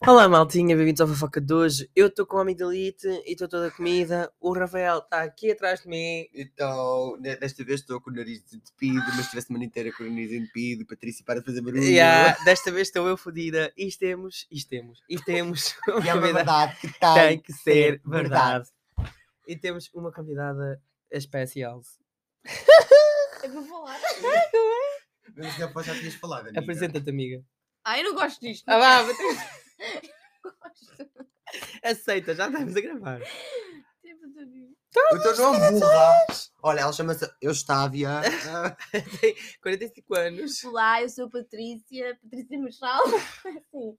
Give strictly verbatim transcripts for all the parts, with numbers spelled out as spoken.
Olá maltinha, bem-vindos ao Fofoca de hoje. Eu estou com a amigdalite e estou toda comida. O Rafael está aqui atrás de mim. Então, ne- desta vez estou com o nariz entupido, mas estive a semana inteira com o nariz entupido, Patrícia para de fazer barulho. Yeah, desta vez estou eu fodida. E temos, e temos, e temos uma E é uma convidada- verdade que tem tem que ser verdade. E temos uma convidada especial. Eu vou falar. Mas já já tinhas falado, amiga. Apresenta-te, amiga. Ah, eu não gosto disto. Ah, vá, não gosto. aceita, já estamos a gravar. Tipo, tu diz. O teu nome, burra. Olha, ela chama-se Eustávia. Tem quarenta e cinco anos. Olá, eu sou a Patrícia, Patrícia Machado. Assim.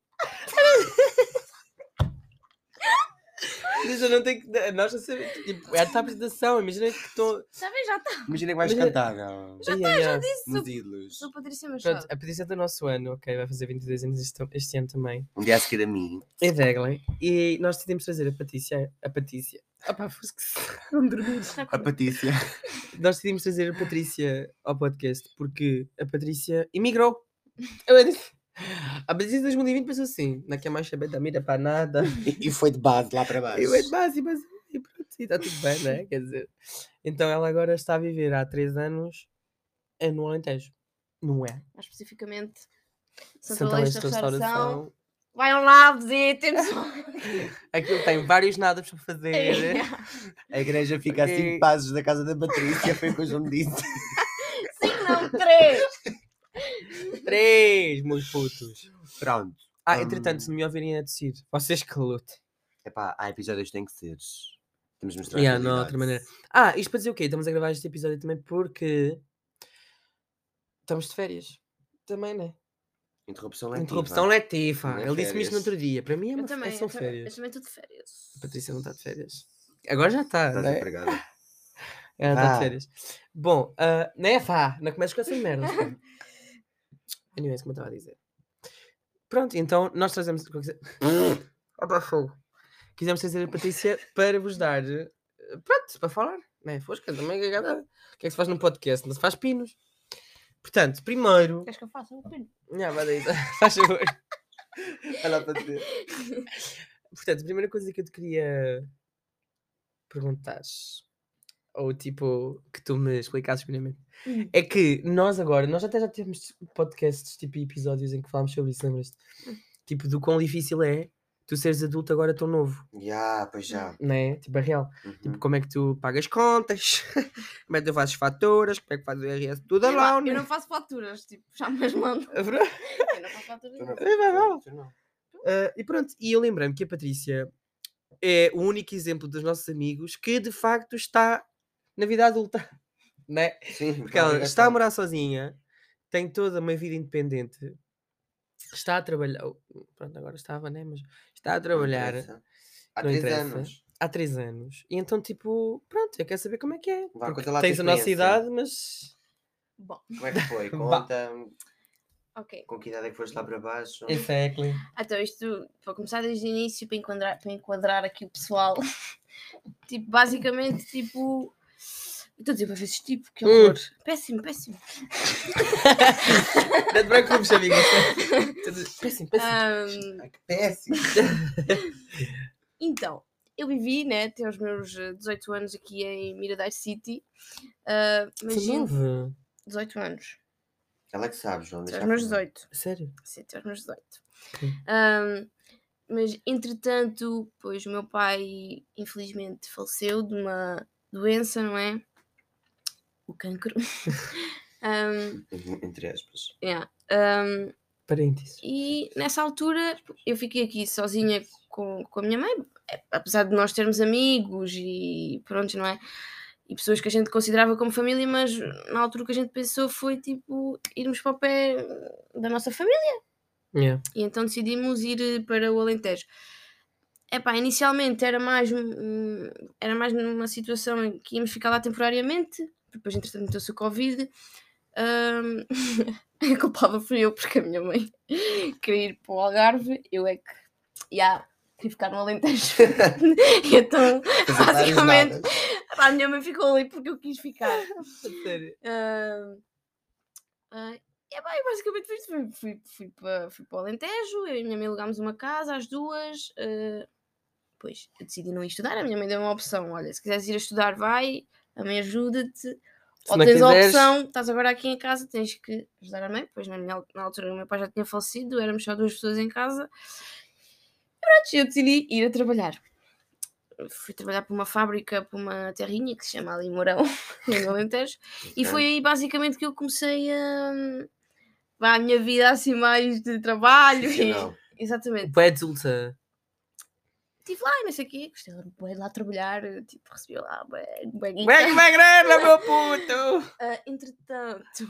Mas eu não tenho que. Nós já sabemos. Tipo, é a tua apresentação. Imagina que estou. Já vem, já está. Imagina que vais Mas- cantar, não? Já está, já Disse, Nos sou, ídolos. sou Patrícia Machado. Pronto, a Patrícia é do nosso ano, ok? Vai fazer vinte e dois anos este, este ano também. Um dia a seguir a mim. É Deglen. E nós decidimos trazer a Patrícia. A Patrícia. Opá, foi que se. Vamos dormir. A Patrícia. Nós decidimos trazer a Patrícia ao podcast porque a Patrícia emigrou. Eu disse. A Patrícia de dois mil e vinte pensou assim: não quer mais saber da mira para nada. E, e foi de base lá para baixo. Eu é de base, mas e pronto, e está tudo bem, não é? Quer dizer. Então ela agora está a viver há três anos é no Alentejo. Não é? Mais especificamente, Santa Santa Leste Leste da Restauração. Restauração. Vai lá, visitem-nos. Aquilo tem vários nadas para fazer. A igreja fica a Ok. cinco passos da casa da Patrícia, foi o que o João me disse. Cinco não, três. Três, meus putos. Pronto. Ah, Hum. entretanto, se me ouvirem a descer, vocês que lutem. Epá, há episódios que têm que ser. Temos de mostrar Yeah, não há qualidade. outra maneira. Ah, isto para dizer o quê? Estamos a gravar este episódio também porque estamos de férias. Também, né? Interrupção letiva. Interrupção letiva. Não é Ele disse-me isto no férias. outro dia. Para mim é Eu uma também, são eu também, eu férias. também estou de férias. A Patrícia não está de férias. Agora já está, Estás não é? empregada. Ela está de Vá. férias. Bom, ah, né, vá. Não começas com essas merdas. pá. Anyways, como eu estava a dizer. Pronto, então nós trazemos. Opa, fogo. Quisemos trazer a Patrícia para vos dar. eh, Pronto, para falar. Né? Fosca, também. O que é que se faz num podcast? Não se faz pinos. Portanto, primeiro. Queres que eu faça um pino? Não, vai daí, faz favor. Olha para dizer. Portanto, a primeira coisa que eu te queria perguntar, ou tipo, que tu me explicasses primeiramente, Hum. é que nós agora, nós até já tivemos podcasts, tipo episódios em que falámos sobre isso, lembras-te? Tipo, do quão difícil é tu seres adulto agora tão novo, Já, pois já. não é? Tipo, é real. Uhum. Tipo, como é que tu pagas contas, como é que tu fazes faturas, como é que fazes o R S, tudo Eu, lá, eu não faço faturas, tipo, já me as mando. É Eu não faço faturas. Tu não- É, vai, vai. tu não. Ah, e pronto, e eu lembrei-me que a Patrícia é o único exemplo dos nossos amigos que de facto está na vida adulta, né? Sim, Porque ela está a morar sozinha, tem toda uma vida independente, está a trabalhar, oh, pronto, agora estava, né? Mas está a trabalhar Há não três interessa. anos. há três anos, e então, tipo, pronto, eu quero saber como é que é. Vá, Porque conta lá a tens tua a nossa experiência. idade, mas. Bom, Como é que foi? Vá. Conta ok. com que idade é que foste lá para baixo. Exactly. Então, isto, para começar desde o início, para enquadrar, para enquadrar aqui o pessoal, tipo, basicamente, tipo. Estou a dizer para vezes, tipo, que Hum. horror. Péssimo, péssimo. Não te preocupes, amiga. Péssimo, péssimo. Ahm, Ai, que péssimo. então, eu vivi, né, até aos meus eh, dezoito anos aqui em Miradai City. Ah, mas gente, dezenove? dezoito anos. Ela é que sabe, João. Até deixa aos meus falar. dezoito. Sério? Sim, até aos meus dezoito. Ok. Ahm, mas, entretanto, pois o meu pai, infelizmente, faleceu de uma doença, não é? O cancro. Ahm, Entre aspas. yeah. Ahm, Parênteses. e nessa altura eu fiquei aqui sozinha com, com a minha mãe, eh, apesar de nós termos amigos e pronto, não é? E pessoas que a gente considerava como família, mas na altura o que a gente pensou foi tipo irmos para o pé da nossa família. Yeah. E então decidimos ir eh, para o Alentejo. Epá, inicialmente era mais, um, era mais numa situação em que íamos ficar lá temporariamente, depois entretanto meteu-se o Covid. Ahm, a culpada fui eu, porque a minha mãe queria ir para o Algarve, eu é que, já, queria ficar no Alentejo. E então, Fazer várias basicamente, dadas. a minha mãe ficou ali porque eu quis ficar. Sério. Ah, ah, é bem, basicamente foi isto. Fui, fui, fui, para, fui para o Alentejo, eu e a minha mãe alugámos uma casa, as duas. Uh, pois, eu decidi não ir estudar, a minha mãe deu uma opção. Olha, se quiseres ir a estudar, vai, a mãe ajuda-te. Se Ou não tens a quiseres- opção, estás agora aqui em casa, tens que ajudar a mãe. Pois na, minha, na altura o meu pai já tinha falecido, éramos só duas pessoas em casa. E pronto, eu decidi ir a trabalhar. Fui trabalhar para uma fábrica, para uma terrinha que se chama ali Mourão, em Alentejo. E foi aí basicamente que eu comecei a, a minha vida assim mais de trabalho. E, Profissional. exatamente. Bué adulta. Estive lá e não sei o quê, gostei de lá trabalhar, tipo, recebi lá bué, bué guita. Bué, bué grana, meu puto! Ah, entretanto...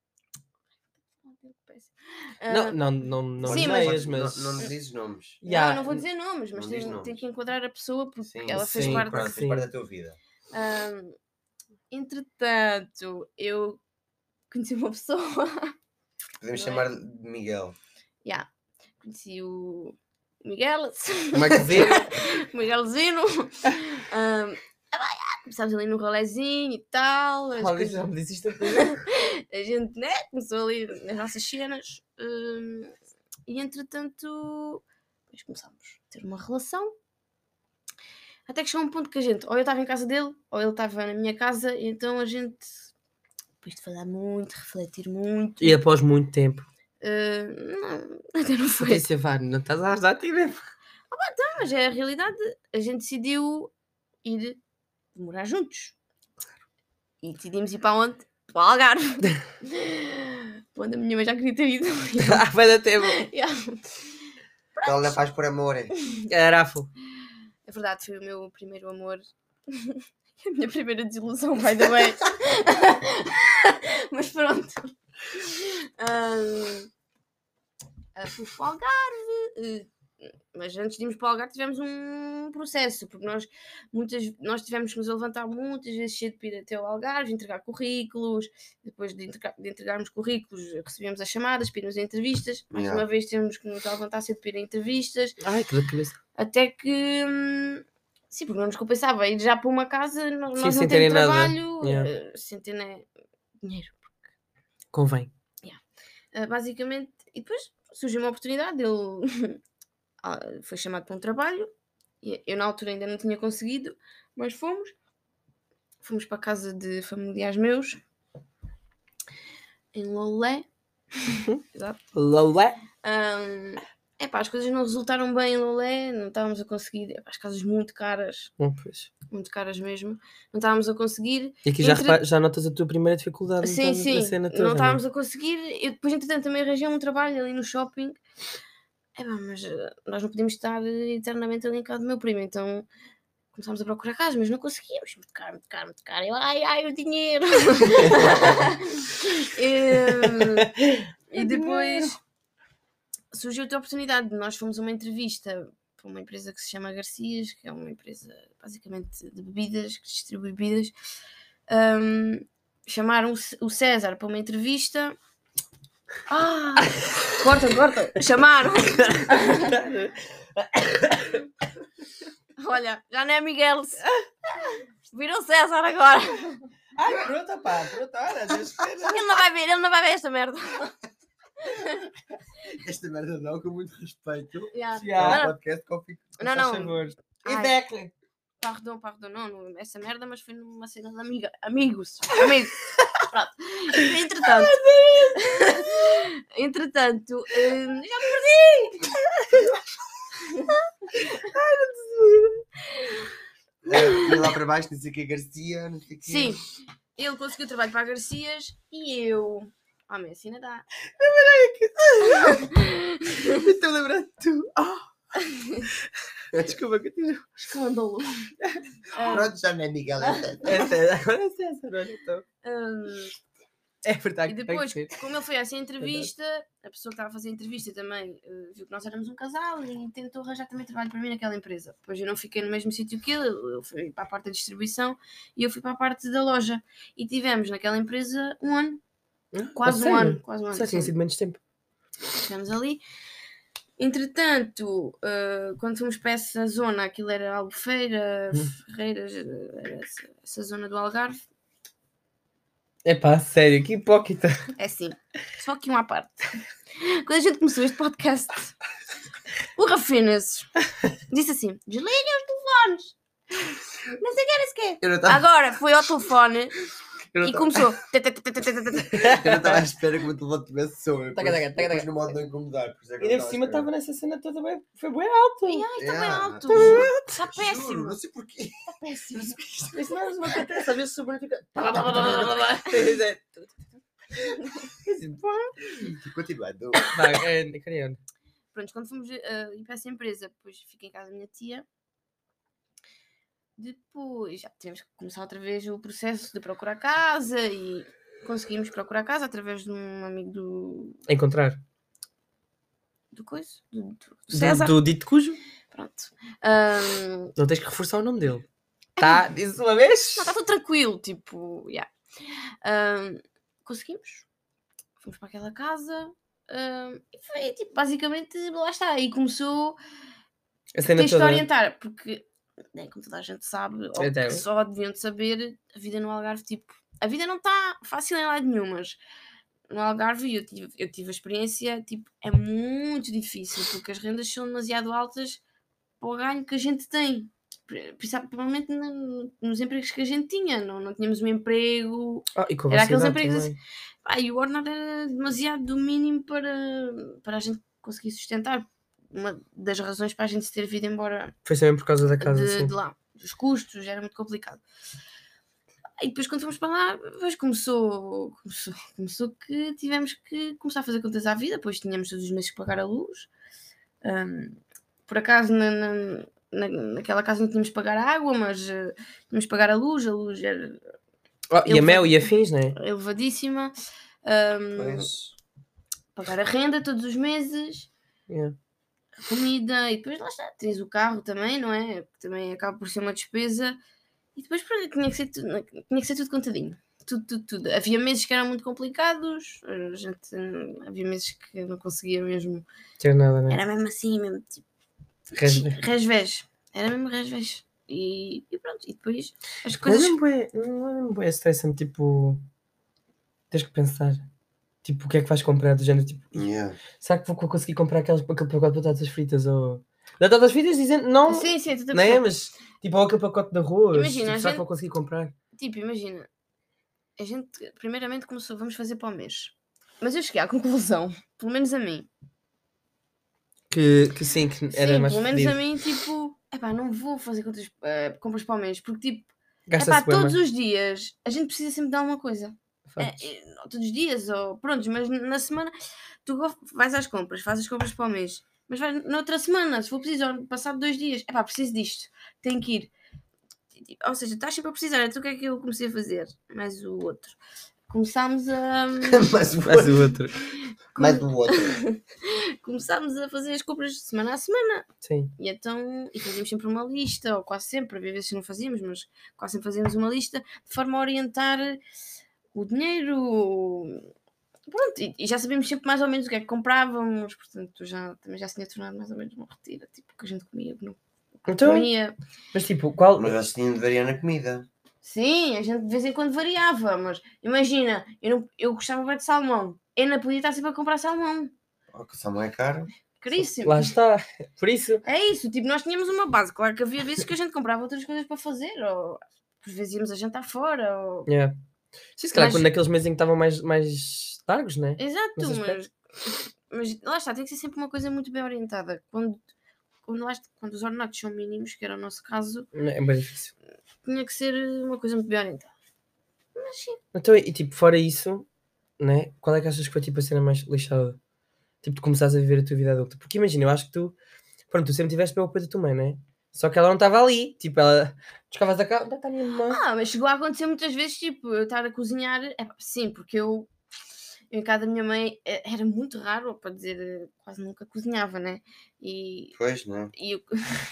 Ah, Não, não, não, não Sim, neias, mas- mas... Não, não nos dizes nomes. Ya, Não, não vou dizer nomes, mas não tenho, diz nomes. tenho que enquadrar a pessoa porque Sim, ela fez sim, parte... Pronto, sim. fez parte da tua vida. Ah, entretanto, eu conheci uma pessoa... Podemos Não é? chamar de Miguel. Yeah. Conheci o Miguel, Marquezine. o Miguelzino. Um, começámos ali no rolezinho e tal. As Olha, coisas- já me disse isto a a gente, né, começou ali nas nossas cenas. um, e entretanto, depois começámos a ter uma relação. Até que chegou um ponto que a gente, ou eu estava em casa dele, ou ele estava na minha casa, e então a gente, depois de falar muito, refletir muito. E após muito tempo. uh, não, até não foi. Patrícia, vá, não estás a ajudar a ti mesmo. Mas é a realidade, a gente decidiu ir morar juntos. E decidimos ir para onde? Para o Algarve. Para onde a minha mãe já queria ter ido. Ah, vai dar tempo. Yeah. Ela não faz por amor. é? Garafo. É verdade, foi o meu primeiro amor. A minha primeira desilusão, by the way. Mas pronto. Um, uh, fui para o Algarve. Uh, mas antes de irmos para o Algarve tivemos um processo, porque nós, muitas, nós tivemos que nos levantar muitas vezes cedo para ir até o Algarve, entregar currículos, depois de, entregar, de entregarmos currículos recebíamos as chamadas para irmos a entrevistas, mais Yeah. uma vez temos que nos levantar cedo para ir a entrevistas, Ai, que dor de cabeça. até que, hum, sim, porque não nos compensava ir já para uma casa, no- Sim, nós sem não terem temos nada. trabalho, Yeah. eh, sem ter né, dinheiro. Convém. Uh, basicamente, e depois surgiu uma oportunidade, ele ah, foi chamado para um trabalho, e eu na altura ainda não tinha conseguido, mas fomos, fomos para a casa de familiares meus, em Lolé. Exato. Lolé. Um, epá, as coisas não resultaram bem em Lolé, não estávamos a conseguir, epá, as casas muito caras, Bom, pois. muito caras mesmo, não estávamos a conseguir. E aqui já, Entre- repara- já notas a tua primeira dificuldade Sim, então, sim, na cena toda. não estávamos a conseguir. Eu depois, entretanto, também arranjei um trabalho ali no shopping. É bem, mas uh, nós não podíamos estar uh, eternamente ali em casa do meu primo, então começámos a procurar casas, mas não conseguíamos. Muito caro, muito caro, muito caro. Eu, ai, ai, o dinheiro! e, e depois surgiu outra oportunidade. Nós fomos a uma entrevista para uma empresa que se chama Garcias, que é uma empresa basicamente de bebidas, que distribui bebidas. Um, chamaram o César para uma entrevista. Ah! Corta, corta! Chamaram! Olha, já não é Miguel. Viram César agora. Ai, pronto, pá, pronto, olha, Deus espera. Ele não vai ver, ele não vai ver esta merda. Esta merda não, com muito respeito. Yeah. Yeah. É um Não, podcast Coffee. não, Faz não. favor. Ai. E Becle? Pardon, pardon, não, não, essa merda, mas foi numa cena de amiga, amigos. Amigos. Pronto. Entretanto. Entretanto. hum, já me perdi! É, lá para baixo, não sei o que, Garcia, não sei o que. Sim, ele conseguiu trabalho para a Garcias e eu. Ah, mas assim não dá. Estou lembrando de tu. Oh. Desculpa, continua. Escândalo. Ah, Pronto, já não é Miguel. é- É César, agora é César, olha então. hum, É verdade. e tem depois, que ser. como ele foi a essa entrevista, a pessoa que estava a fazer a entrevista também eh, viu que nós éramos um casal e tentou arranjar também trabalho para mim naquela empresa. Depois eu não fiquei no mesmo sítio que ele, ele foi para a parte da distribuição e eu fui para a parte da loja. E tivemos naquela empresa um ano, quase A um sério? ano, quase um ano. Só tinha sim. sido menos tempo. Estivemos ali. Entretanto, eh, quando fomos para essa zona, aquilo era Albufeira, Hum. Ferreiras, era essa, essa zona do Algarve. É pá, sério, que hipócrita. É assim, só aqui uma à parte. Quando a gente começou este podcast, o Rafinas disse assim: desliguem os telefones. Não sei o que era sequer. Eu não estava Agora foi ao telefone eu não e tava- começou. eu não estava à espera que o meu telefone tivesse som. Eu Taca, pus- taca, taca, eu pus taca. no modo de não incomodar. Por isso é que eu Ainda não por cima estava estava nessa cena toda bem. Foi bem alto. Ai, está bem Yeah. alto. Está à espera. Juro, péssimo. não sei porquê. Está péssimo. Isso não, não acontece. Às vezes o sobrinho fica. Continuando. Vai, é, Cariano. Pronto, quando fomos uh, ir para essa empresa, depois fiquei em casa da minha tia. Depois já tivemos que começar outra vez o processo de procurar casa e conseguimos procurar casa através de um amigo do. Encontrar. do coisa? Do, do Do, César. do dito cujo. Pronto. Ahm, Não tens que reforçar o nome dele. Tá? Diz uma vez? não, está tudo tranquilo, tipo, yeah. Ahm, conseguimos. Fomos para aquela casa. ahm, e foi, tipo, basicamente, lá está. E começou. A cena Tens de te toda. orientar, porque, né, como toda a gente sabe, ou Até que eu. só deviam de saber, a vida no Algarve, tipo, a vida não está fácil em lado nenhum, mas no Algarve eu tive, eu tive a experiência, tipo, é muito difícil, porque as rendas são demasiado altas para o ganho que a gente tem. Pri- Principalmente no- nos empregos que a gente tinha, não, não tínhamos um emprego, Ah, e com a Era aqueles velocidade empregos também. pá, e o ordenado era demasiado do mínimo para, para a gente conseguir sustentar. Uma das razões para a gente se ter vindo embora Foi sempre por causa da casa, de, sim. de lá, dos custos, era muito complicado. E depois quando fomos para lá, depois começou, começou, começou que tivemos que começar a fazer contas à vida, depois tínhamos todos os meses que pagar a luz. Ahm, por acaso na, na, na- naquela casa não tínhamos que pagar a água, mas uh, tínhamos que pagar a luz, a luz era Oh, e a Ele mel foi- e afins, né? elevadíssima. Ahm, Pois. pagar a renda todos os meses, Yeah. a comida, e depois lá está, tens o carro também, não é? Que também acaba por ser uma despesa. E depois pronto, tinha que ser tudo, tinha que ser tudo contadinho. Tudo, tudo, tudo. Havia meses que eram muito complicados, a gente, havia meses que não conseguia mesmo. Ter nada, né? Era mesmo assim, mesmo tipo. Resve- Resvés. Era mesmo resvés. E, e pronto, e depois as Não é coisas. mesmo bué, não é mesmo bué estressante, tipo... Tens que pensar. Tipo, o que é que vais comprar do género, tipo... Yeah. Será que vou conseguir comprar aquelas, aquele pacote de batatas fritas ou... Batatas fritas dizendo, não... Sim, sim, tudo a Não é? perceber. Mas, tipo, ou aquele pacote de arroz. Imagina, tipo, a será gente- que vou conseguir comprar? Tipo, imagina, a gente primeiramente começou, vamos fazer para o mês. Mas eu cheguei à conclusão, pelo menos a mim. Que, que sim, que era Sim, mais pelo menos fedido. a mim, tipo, epá, não vou fazer contas, eh, compras para o mês, porque tipo, Gasta-se epá, bué todos mais. os dias a gente precisa sempre de alguma coisa. Factos. É, é, não todos os dias, ou pronto, mas na semana tu go- vais às compras, fazes as compras para o mês, mas vais noutra semana, se for preciso, ou passado dois dias, epá, preciso disto, tenho que ir. Ou seja, estás sempre a precisar, então o que é que eu comecei a fazer? Mais o outro. Começámos a. Mais o Mas o outro. outro. Mais o outro. Começámos a fazer as compras de semana a semana. Sim. E então, e fazíamos sempre uma lista, ou quase sempre, havia vezes que não fazíamos, mas quase sempre fazíamos uma lista de forma a orientar o dinheiro. Pronto, e, e já sabíamos sempre mais ou menos o que é que comprávamos, portanto já, também já se tinha tornado mais ou menos uma retira, tipo, o que a gente comia, o que não Então, comia. mas tipo, qual... Mas eles tinham de variar na comida. Sim, a gente de vez em quando variava, mas imagina, eu, não, eu gostava bem de salmão, eu não podia estar sempre a comprar salmão, Oh, que salmão é caro. caríssimo. Lá está. Por isso... É isso, tipo, nós tínhamos uma base. Claro que havia vezes que a gente comprava outras coisas para fazer, ou por vezes íamos a jantar fora, ou... Yeah. Sim, se calhar Mas- quando naqueles meses em que estavam mais, mais largos, né? Exato, Nesse mas, mas lá está, tem que ser sempre uma coisa muito bem orientada. Quando, quando, lá está- quando os ordenados são mínimos, que era o nosso caso, É bem difícil. tinha que ser uma coisa muito bem orientada. Mas sim, Então, e tipo, fora isso, né? Qual é que achas que foi tipo a cena mais lixada? Tipo, de começares a viver a tua vida adulta. Porque imagina, eu acho que tu, pronto, tu sempre tiveste bem o apoio da tua mãe, né? Só que ela não estava ali. Tipo, ela descavas da casa, onde está a minha mãe? ah, mas chegou a acontecer muitas vezes, tipo, eu estar a cozinhar, é, pá, sim, porque eu, eu em casa da minha mãe eh, era muito raro, ou para dizer, eh, quase nunca cozinhava, né? E, Pois, não. e eu...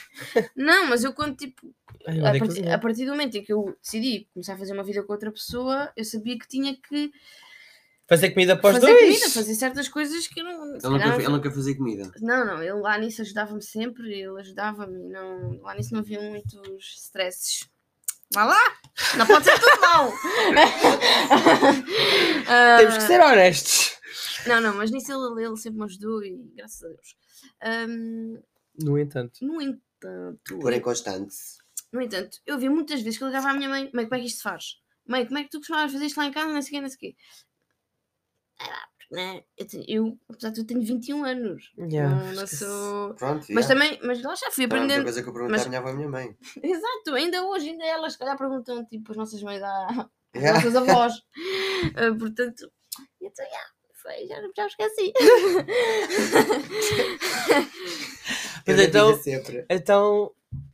não, mas eu quando, tipo, Ai, eu a odeio partir, cozinhar. a partir do momento em que eu decidi começar a fazer uma vida com outra pessoa, eu sabia que tinha que Fazer comida para os fazer dois. comida, fazer certas coisas que eu não. se Ele nunca, calhar ele não- nunca fazia comida. Não, não, ele lá nisso ajudava-me sempre, ele ajudava-me, não, lá nisso não havia muitos stresses. Vá lá! Não pode ser tudo mau! Temos que ser honestos. Não, não, mas nisso ele, ele sempre me ajudou e graças a Deus. Um, No entanto. no entanto, Porém constante. no entanto, eu vi muitas vezes que ele ligava à minha mãe: mãe, como é que isto se faz? Mãe, como é que tu costumavas fazer isto lá em casa? Não sei o quê, não sei o quê. Ah, né? Eu, te- eu, apesar de eu tenho vinte e um anos, Yeah, não, não esquece. sou. Pronto, Mas yeah. também, mas lá já fui Não é a mesma aprendendo. coisa que eu perguntar mas- à minha avó e à minha mãe. Exato, ainda hoje, ainda elas se calhar perguntam tipo as nossas mães à, às Yeah. nossas avós. Ah, portanto, então, yeah, foi, já, já me esqueci. Mas Eu então- digo sempre. Então.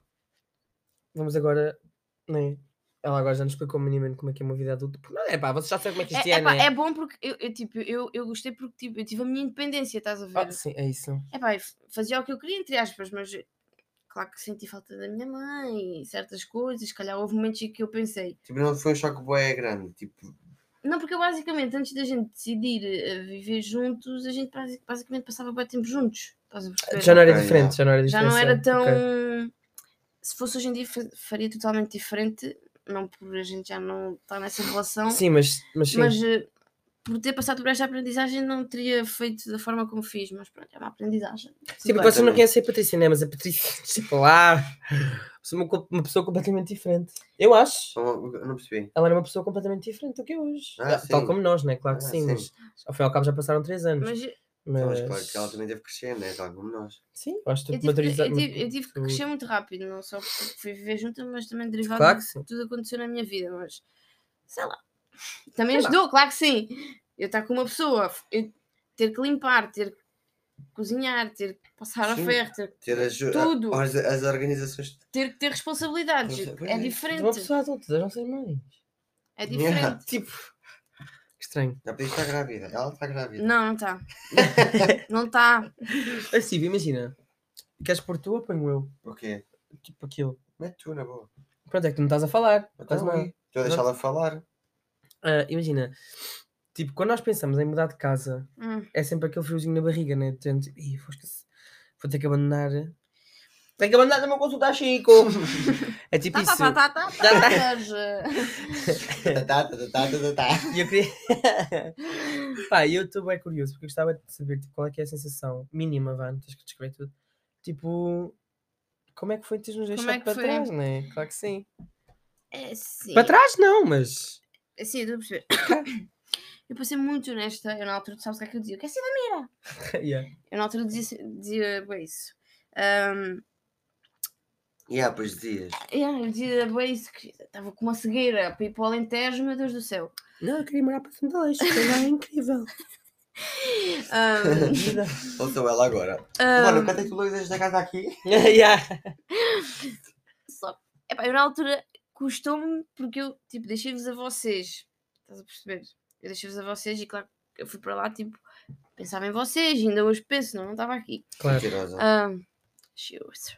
Vamos agora. Né? Ela agora já nos explicou minimamente como é que é uma vida adulta. Porque não é pá, vocês já sabem como é que isto É, é, epá, né? é bom porque eu, eu, tipo, eu, eu gostei porque tipo, eu tive a minha independência, estás a ver? Ah, sim, é isso. Epá, eu f- fazia o que eu queria, entre aspas, mas claro que senti falta da minha mãe e certas coisas. Se calhar houve momentos em que eu pensei. Tipo, não foi um choque bué grande. Tipo, Não, porque eu basicamente, antes da gente decidir eh, viver juntos, a gente basi- basicamente passava bem tempo juntos. Estás a perceber? Já não era Ok, diferente, yeah. já não era Já diferente. não era tão. Ok. Se fosse hoje em dia, fa- faria totalmente diferente. Não por a gente já não estar nessa relação, Sim, mas, mas sim. mas eh, por ter passado por esta aprendizagem não teria feito da forma como fiz. Mas pronto, é uma aprendizagem. Sim, Tudo porque bem. vocês não também. conhecem a Patrícia, né? Mas a Patrícia, tipo lá, sou uma, co- uma pessoa completamente diferente. Eu acho. eu não percebi. Ela era uma pessoa completamente diferente do que é hoje. Ah, Tal sim. como nós, né? Claro que Ah, sim, sim. mas ao fim e ao cabo já passaram três anos. Mas Mas, Então, mas claro que ela também deve crescer, né? Tal como nós. sim, eu acho que eu tu tive, que, maturiza- eu, tive, eu tive que tu- crescer muito rápido, não só porque fui viver junto, mas também derivado Claro que de sim. tudo aconteceu na minha vida. Mas sei lá, também Sei lá. ajudou, claro que sim. Eu estar com uma pessoa, eu ter que limpar, ter que cozinhar, ter que passar Sim. a ferro, ter, Ter as, Tudo. as, as organizações. ter que ter responsabilidades. Pois é, pois É é. De uma diferente. pessoa adulta, das nossas mães. É Yeah. diferente. Tipo, que estranho. Já podia estar grávida. Ela está grávida. Não, não está. Não está. Assim, imagina, queres pôr tu ou ponho eu? O quê? Tipo aquilo. Mete tu na boa. Pronto, é que tu não estás a falar. Então, Estás mal. aí. Estou a deixá-la falar. Ah, imagina, tipo, quando nós pensamos em mudar de casa, Hum. é sempre aquele friozinho na barriga, né? De gente, "Ih, vou, esquecer- vou ter que abandonar. Tenho que abandonar o meu consultar Chico. É tipo Tá, isso. tá, tá, tá, tá, tá, mas, eh, Tá, tá, tá, tá, tá, tá. E eu queria. Pá, eu estou bem curioso porque eu gostava de saber tipo, qual é que é a sensação mínima, vá, não tens que descrever tudo. Tipo, como é que foi teres nos Como deixado é que para foi? trás, né? Claro que sim. É sim. Para trás não, mas. É sim, estou a perceber. Eu para ser muito honesta, eu na altura, tu sabes o que é que eu dizia? Eu quero ser da Mira. Yeah. Eu na altura dizia, dizia bem isso. Um, Yeah, pois dizias. yeah, eu dizia bem isso, que estava com uma cegueira para ir para o Alentejo, meu Deus do céu. Não, eu queria morar para Santa Leixo, que lá é incrível. Um, Vida. Ou sou ela agora. um, Mano, quanto é que tu loiras da casa aqui? Yeah. só, epá, eu na altura custou-me porque eu tipo, deixei-vos a vocês. Estás a perceber? Eu deixei-vos a vocês e claro que eu fui para lá tipo, pensava em vocês, e ainda hoje penso, não, não estava aqui. Claro. Mentirosa. Um, shoot.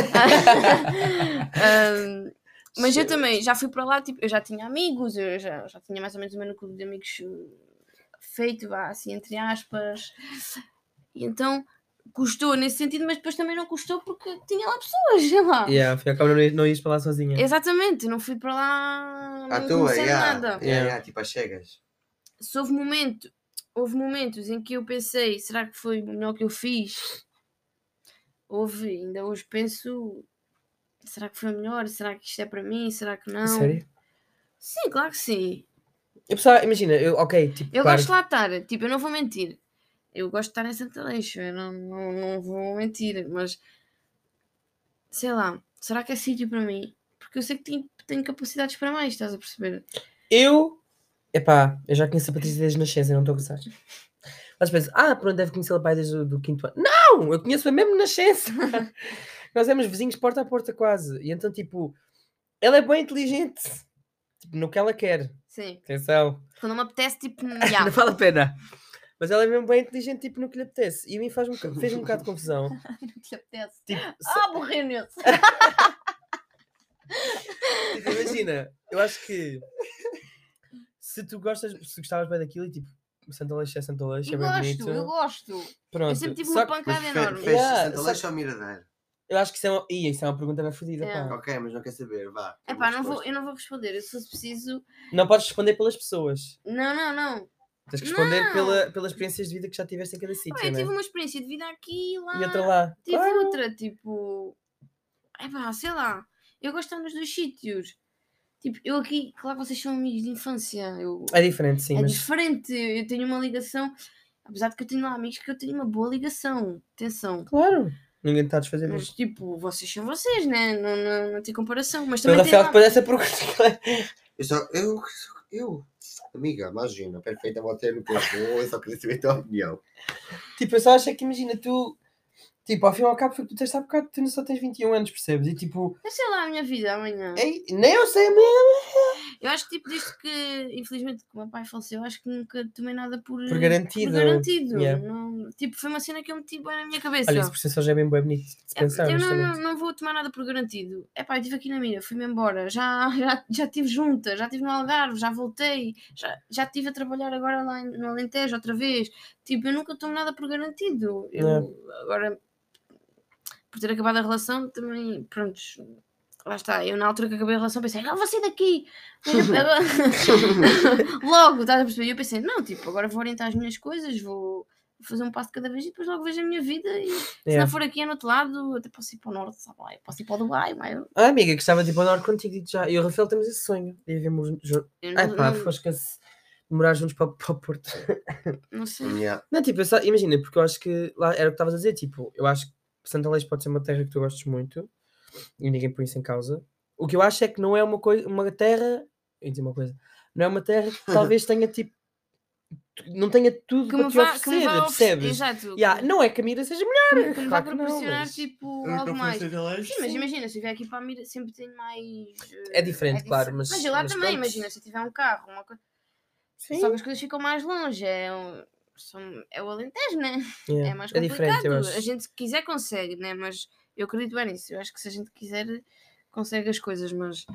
Um, mas eu Shit. também já fui para lá, tipo, eu já tinha amigos, eu já, já tinha mais ou menos o meu clube de amigos uh, feito, vá, assim, entre aspas. E então custou nesse sentido, mas depois também não custou porque tinha lá pessoas, sei lá. Yeah, foi acaba não, i- não ias para lá sozinha. Exatamente, não fui para lá, À não tua, conhecendo yeah. nada. Yeah, Yeah. yeah, tipo, às cegas. Se houve momento, houve momentos em que eu pensei, será que foi o melhor que eu fiz? Houve, ainda hoje penso, será que foi o melhor? Será que isto é para mim? Será que não? Sério? Sim, claro que sim. Eu pensava, imagina, eu, ok, tipo, Eu claro, gosto de lá estar, tipo, eu não vou mentir. Eu gosto de estar em Santa Leixo, eu não, não, não vou mentir, mas sei lá, será que é sítio para mim? Porque eu sei que tenho, tenho capacidades para mais, estás a perceber? eu, epá, eu já conheço a Patrícia desde a nascença, eu não estou a gozar. Mas penso, ah, pronto, deve conhecer o pai desde o do quinto ano. Não, eu conheço-a mesmo na nascença. Nós éramos vizinhos porta a porta quase. E então, tipo, ela é bem inteligente. Tipo, no que ela quer. Sim. Atenção. Quando me apetece, tipo, Não já. vale a pena. Mas ela é mesmo bem inteligente, tipo, no que lhe apetece. E a mim faz um, fez um bocado de confusão. Não te apetece. Tipo, Ah, morreu nesse. Tipo, imagina, eu acho que se tu gostas, se gostavas bem daquilo e tipo, Santa Leixo é Santa Leixo, é Eu bem gosto, bonito. eu gosto. Pronto. Eu sempre tive Só uma que- pancada Mas enorme. fe- fez Yeah, Santa só Leixo ou Miradeiro? Eu acho que isso é uma, Ih, isso é uma pergunta bem fodida, É. pá. Ok, mas não quer saber, vá. É pá, não vou, eu não vou responder. Eu se fosse preciso. Não podes responder pelas pessoas. Não, não, não. Tens que responder Não. pela, pelas experiências de vida que já tiveste em cada Pá, sítio, eu né? tive uma experiência de vida aqui e lá. E outra lá. Tive Claro. outra, tipo. É pá, sei lá. Eu gosto de estar nos dois sítios. Tipo, eu aqui, claro que vocês são amigos de infância. Eu, É diferente, sim, é mas... diferente. Eu tenho uma ligação. Apesar de que eu tenho lá amigos que eu tenho uma boa ligação. Atenção. Claro. Ninguém está a desfazer Mas disso. tipo, vocês são vocês, né? Não, não, não tem comparação. Mas Foi o também tem Rafael lá... que pôs essa pergunta. Eu só. Eu. Eu. Amiga, imagina, perfeita, você no que eu vou, eu só queria saber a tua opinião. Tipo, eu só acho que, imagina, tu... Tipo, ao fim e ao cabo, foi o que tu tens há bocado, tu só tens vinte e um anos, percebes? E tipo... Eu sei lá a minha vida amanhã. Ei, nem eu sei mesmo. Eu acho que tipo, desde que, infelizmente, que o meu pai faleceu, acho que nunca tomei nada por, Por garantido. por garantido. Yeah. Não, tipo, foi uma cena que eu meti bem na minha cabeça. Olha, isso por si só já é bem bem bonito de se É, pensar, eu não, não, honestamente. não vou tomar nada por garantido. É pá, eu estive aqui na mira, fui-me embora, já, já, já estive junta, já estive no Algarve, já voltei, já, já estive a trabalhar agora lá em- no Alentejo outra vez. Tipo, eu nunca tomo nada por garantido. Eu, agora, por ter acabado a relação, também, pronto, lá está. Eu na altura que acabei a relação pensei, não, vou sair daqui. Logo, estás a perceber? E eu pensei, não, tipo, agora vou orientar as minhas coisas, vou fazer um passo de cada vez e depois logo vejo a minha vida e se Yeah. não for aqui é no outro lado, até posso ir para o norte, sabe lá, eu posso ir para o Dubai, mas eu, Ah, amiga, gostava de ir para o norte contigo, digo já. E o Rafael temos esse sonho. De vivermos juntos. eu Ai não, pá, não, fosca-se de morar juntos para, para o Porto. não sei. Yeah. Não, tipo, eu só, imagina, porque eu acho que lá era o que estavas a dizer, tipo, eu acho que Santo Aleixo pode ser uma terra que tu gostes muito e ninguém põe isso em causa. O que eu acho é que não é uma coisa, uma terra, eu ia dizer uma coisa, não é uma terra que talvez tenha tipo, não tenha tudo Que para me te vá, oferecer, que me vá oferecer, percebes? exato, Yeah, que, não é que a Mira seja que, melhor, me- que me vá claro que não, proporcionar mas tipo Eu algo não mais. fosse de Aleixo, Sim, mas sim. imagina, se eu vier aqui para a Mira sempre tenho mais. É eh, diferente, claro, mas- Mas eu lá mas também, pronto. imagina, se eu tiver um carro, uma coisa. sim, Só que as coisas ficam mais longe, é, um- são- é o Alentejo, né? yeah, É mais é diferente, eu complicado. acho. A gente se quiser consegue, né? Mas eu acredito bem nisso. Eu acho que se a gente quiser consegue as coisas, mas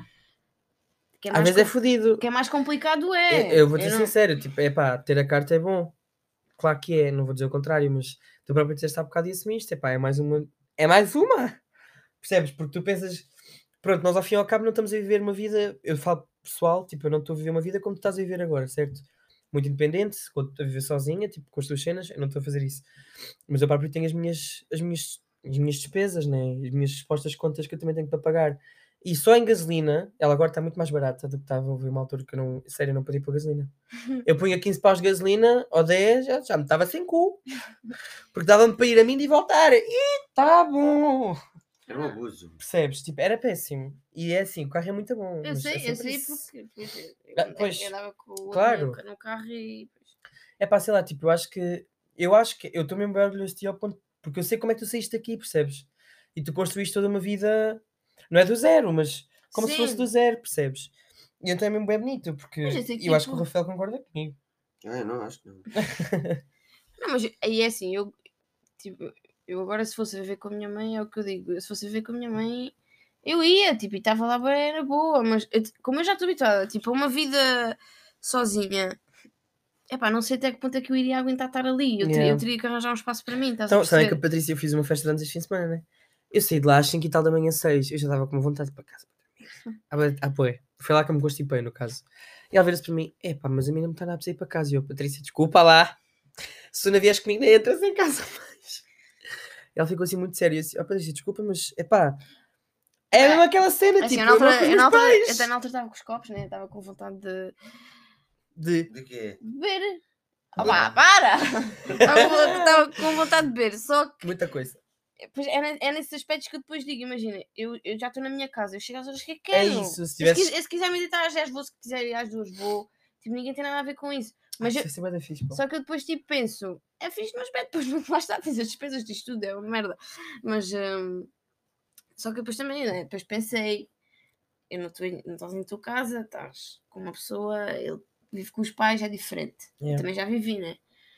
que é Às mais, vezes é com- fodido. que é mais complicado Eu, é. eu vou dizer não- sincero, tipo, é pá, ter a carta é bom. Claro que é, não vou dizer o contrário, mas tu próprio disseste há bocado e assumiste, é pá, é mais uma. É mais uma! Percebes? Porque tu pensas, pronto, nós ao fim e ao cabo não estamos a viver uma vida, eu falo pessoal, tipo, eu não estou a viver uma vida como tu estás a viver agora, certo? Muito independente, quando estou a viver sozinha, tipo, com as tuas cenas, eu não estou a fazer isso. Mas eu próprio tenho as minhas, as minhas, as minhas despesas, né? As minhas supostas contas que eu também tenho para pagar. E só em gasolina, ela agora está muito mais barata do que estava, houve uma altura que eu não, sério, eu não podia pôr gasolina. Eu punha quinze paus de gasolina, ou dez, já, já me estava sem cu. Porque dava-me para ir a mim e voltar. E tá bom! Era um abuso. Percebes? Tipo, era péssimo. E é assim, o carro é muito bom. Eu mas sei, é eu sempre sei isso. porque pois, eu, Ah, eu- pois, eu andava com o outro claro. no, no carro e. Pois. É pá, sei lá, tipo, eu acho que. Eu acho que. Eu estou mesmo bem orgulhoso de ti ao ponto. Porque eu sei como é que tu saíste daqui, percebes? E tu construíste toda uma vida. Não é do zero, mas como se fosse Sim. do zero, percebes? E então é mesmo bem bonito, porque Mas eu sei que, eu acho que o tipo- Rafael concorda comigo. Ah, eu não acho que não. Não, mas aí é assim, eu. Tipo, eu agora se fosse viver com a minha mãe, é o que eu digo. Se fosse viver com a minha mãe, eu ia, tipo, e estava lá bem, era boa. Mas eu- como eu já estou habituada, tipo, a uma vida sozinha. Epá, não sei até que ponto é que eu iria aguentar estar ali. Eu, teria, Yeah. eu teria que arranjar um espaço para mim, estás Então, a sabem que perceber? a Patrícia, eu fiz uma festa de anos este fim de semana, né? Eu saí de lá às cinco e tal da manhã, seis. Eu já estava com uma vontade de ir para casa. Ah, bem, ah, pô, é. Foi lá que eu me constipei, no caso. E ela vira-se para mim, epá, mas a mim não me está nada para ir para casa. E eu, Patrícia, desculpa lá. Se tu não vieres comigo, nem entras em casa mais. Ela ficou assim muito séria. Eu disse, oh, Patrícia, desculpa, mas, epá, é É, mesmo aquela cena, Assim, tipo, eu eu, na altura, não com os eu, na meus altura, eu pais. até na altura estava com os copos, né? Estava com vontade de De... De quê? beber. Opá, para! Estava com- Estava com vontade de beber, só que Muita coisa. pois é, ne- é nesses aspectos que eu depois digo, imagina, eu, eu já estou na minha casa, eu chego às horas que eu É quero. isso, se Eu Se, tivesses... quis- se quiser me deitar às dez vou, se quiser ir às duas vou. Tipo, ninguém tem nada a ver com isso. Mas Mas eu- vai ser bué da fixe, pô. só que eu depois tipo penso, é fixe, mas bem, depois lá está, tens as despesas disto tudo, é uma merda. Mas hum, só que depois também, né, depois pensei, eu não estou em- não estás em tua casa, estás com uma pessoa, ele vive com os pais, é diferente. Eu Yeah. também já vivi, né?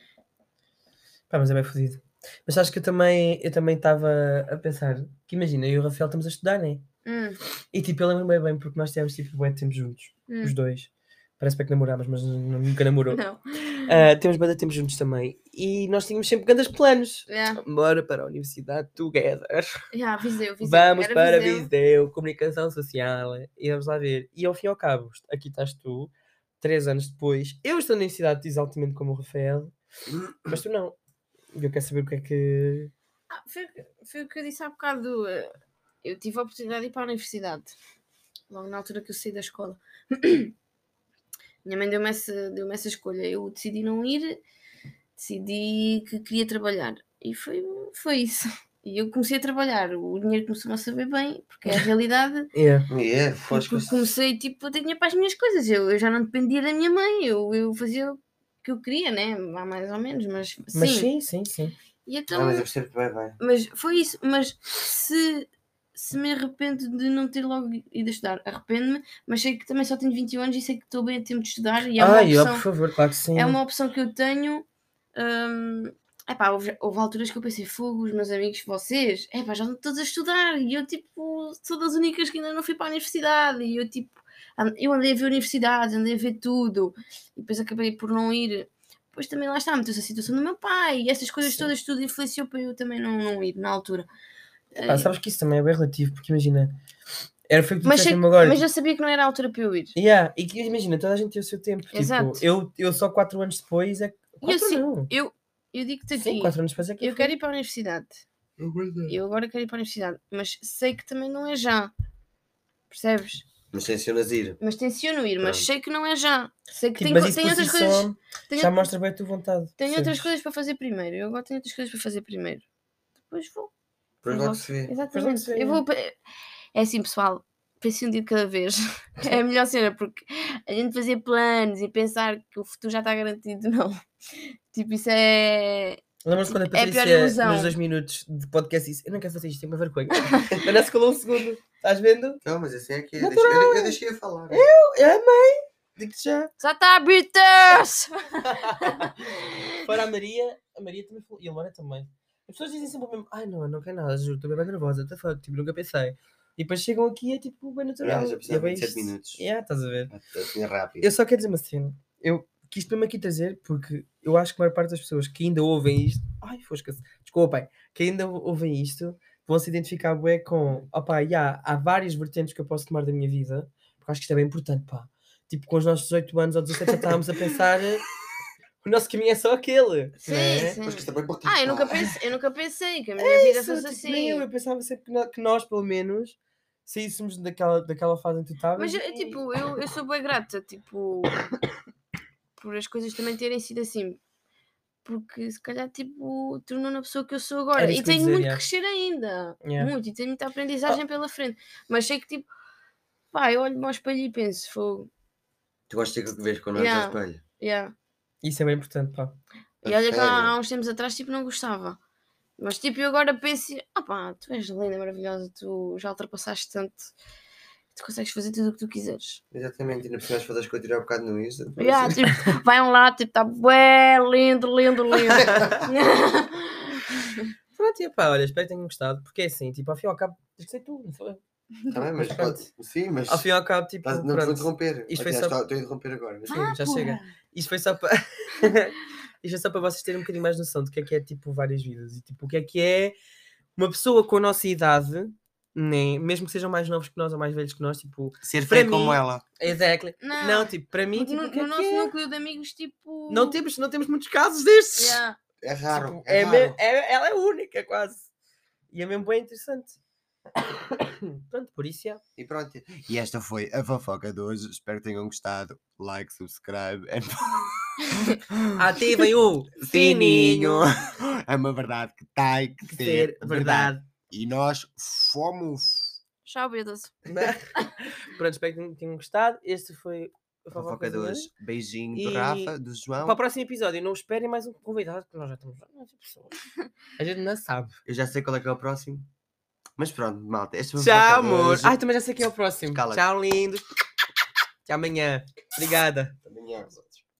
Pá, mas é bem fodido. Mas acho que eu também eu também estava a pensar que imagina, eu e o Rafael estamos a estudar, né? Hum, E tipo, eu lembro-me bem, bem porque nós tivemos tipo bué de tempo juntos, hum. os dois. Parece bem que namorámos, mas n- nunca namorou. Não. Ah, temos bastante tempo juntos também. E nós tínhamos sempre grandes planos. Yeah. Bora para a universidade together. Yeah, Viseu, Viseu. Vamos Era para Viseu. Viseu, comunicação social. E vamos lá ver. E ao fim e ao cabo, aqui estás tu, três anos depois. Eu estou na universidade exatamente como o Rafael, mas tu não. E eu quero saber o que é que. Ah, foi, foi o que eu disse há bocado. eh, Eu tive a oportunidade de ir para a universidade. Logo na altura que eu saí da escola. Minha mãe deu-me essa, deu-me essa escolha. Eu decidi não ir. Decidi que queria trabalhar. E foi, foi isso. E eu comecei a trabalhar. O dinheiro começou a saber bem, porque é a realidade. Yeah. É, E foste porque comecei tipo, a ter dinheiro para as minhas coisas. Eu, eu já não dependia da minha mãe. Eu, eu fazia o que eu queria, né? Há mais ou menos. Mas, Mas sim. sim, sim, sim. E então, Ah, mas eu percebo bem, bem. mas foi isso. Mas se, se me arrependo de não ter logo ido a estudar, arrependo-me, mas sei que também só tenho vinte e um anos e sei que estou bem a tempo de estudar. E é uma Ai, ó, opção, por favor, claro que sim. é uma opção que eu tenho. Hum, epá, houve, houve alturas que eu pensei, fogo, os meus amigos, vocês, epá, já estão todos a estudar. E eu, tipo, sou das únicas que ainda não fui para a universidade. E eu, tipo, and- eu andei a ver universidades, andei a ver tudo. E depois acabei por não ir. Depois também lá está, meteu-se a situação do meu pai e essas coisas Sim. todas, tudo influenciou para eu também não, não ir na altura. Ah, sabes que isso também é bem relativo, porque imagina, era foi o que tu Mas, disseste sei- mesmo agora. mas tipo, eu sabia que não era a altura para eu ir. yeah, e que imagina, toda a gente tem o seu tempo. Exato. Tipo, eu, eu só quatro anos depois é que. E eu, Quatro sim, não. eu, eu digo-te Sim, aqui, quatro anos depois é que eu fui. quero ir para a universidade. Eu agora quero ir para a universidade, mas sei que também não é já. Percebes? Mas tensionas ir. Mas tenciono ir, mas Pronto. sei que não é já. Sei que Tipo, tenho, mas co- isso tenho por si outras coisas. só Tenho, já mostra bem a tua vontade. tenho percebes? outras coisas para fazer primeiro. Eu agora tenho outras coisas para fazer primeiro. Depois vou. Depois Eu logo vou- se vê. Depois logo Exatamente. se vê, Eu vou. É assim, pessoal. Pensem um dia de cada vez. É a melhor cena, porque a gente fazer planos e pensar que o futuro já está garantido, não. Tipo, isso é. Lembras-te quando a É a pior Patrícia, ilusão. nos dois minutos de podcast, disse: eu não quero fazer isto, tenho uma vergonha. Mas não se colou um segundo. Estás vendo? Não, mas assim é que é. Natural. Deixa- Eu, eu deixei a falar. Eu amei. Digo-te já. Já está a Beatles! Fora a Maria, a Maria também falou. E a Laura também. As pessoas dizem sempre o mesmo: ai não, não quero nada, juro, estou bem nervosa, what the fuck, tipo, nunca pensei. E depois chegam aqui e é tipo bem natural. Já, já E é precisava bem de sete isto. minutos. Yeah, estás a ver? Assim é rápido. Eu só quero dizer uma cena. Eu quis mesmo aqui trazer porque eu acho que a maior parte das pessoas que ainda ouvem isto. Ai, fosca-se. Desculpem. Que ainda ouvem isto vão se identificar bué com. Opá, yeah, há várias vertentes que eu posso tomar da minha vida. Porque acho que isto é bem importante, pá. Tipo, com os nossos dezoito anos ou dezassete já estávamos a pensar. O nosso caminho é só aquele. Sim, não é? sim. Mas que também pode Ah, eu nunca, pá. pensei, eu nunca pensei que a minha vida Isso, fosse tipo, nem eu, assim. eu pensava sempre que nós, que nós, pelo menos, saíssemos daquela, daquela fase em que tu estavas. Mas, e- eu, tipo, eu, eu sou bem grata, tipo, por as coisas também terem sido assim. Porque, se calhar, tipo, tornou-me a pessoa que eu sou agora. Era E isso que eu ia tenho dizer, muito yeah. que crescer ainda. Yeah. Muito. E tenho muita aprendizagem pela frente. Mas sei que, tipo, pá, eu olho-me ao espelho e penso, fogo. Tu gostas de que vês quando olhas Yeah. ao espelho? Yeah. Isso é bem importante, pá. E A olha que há, sério? há uns tempos atrás, tipo, não gostava. Mas, tipo, eu agora penso, ah pá, tu és linda, maravilhosa, tu já ultrapassaste tanto. Tu consegues fazer tudo o que tu quiseres. Exatamente, ainda precisas fazer as coisas tirar um bocado no Insta. depois- Yeah, tipo, vai um lá, tipo, tá bué, lindo, lindo, lindo. Pronto, e pá, olha, espero que tenham gostado, porque é assim, tipo, ao fim e ao cabo, tens que ser tu, não foi? Tá bem, mas Mas pode. Sim, mas. Ao fim e ao cabo, tipo, Estás- Não te vou pronto, interromper. Isto foi Aliás, só- estou estou a interromper agora. mas- sim, já chega. Isto foi só para isto é só para vocês terem um bocadinho mais noção do que é que é, tipo, várias vidas, e tipo, o que é que é uma pessoa com a nossa idade, né? Mesmo que sejam mais novos que nós ou mais velhos que nós, tipo, Ser Para feio mim- como ela. exactly. Não. Não, tipo, para mim, Porque tipo, no, o que é no que nosso é? núcleo de amigos, tipo. Não temos, não temos muitos casos destes. Yeah. É raro. Tipo, é é raro. me- é- ela é única, quase. E é mesmo bem interessante. Pronto, por isso é. E pronto. E esta foi a fofoca de hoje. Espero que tenham gostado. Like, subscribe. And... Ativem o sininho. É uma verdade que tem que Ser ser verdade. E nós fomos. Tchau, betas. Pronto, espero que tenham- tenham gostado. Este foi a A fofoca de hoje. Beijinho E- do Rafa, do João. Para o próximo episódio, não esperem mais um convidado, que nós já estamos. A gente não sabe. Eu já sei qual é que é o próximo. Mas pronto, malta. Este foi a Tchau, fofoca de amor. hoje. Ai, também já sei quem é o próximo. Cala-te. Tchau, lindo. Até amanhã. Obrigada. Amanhã.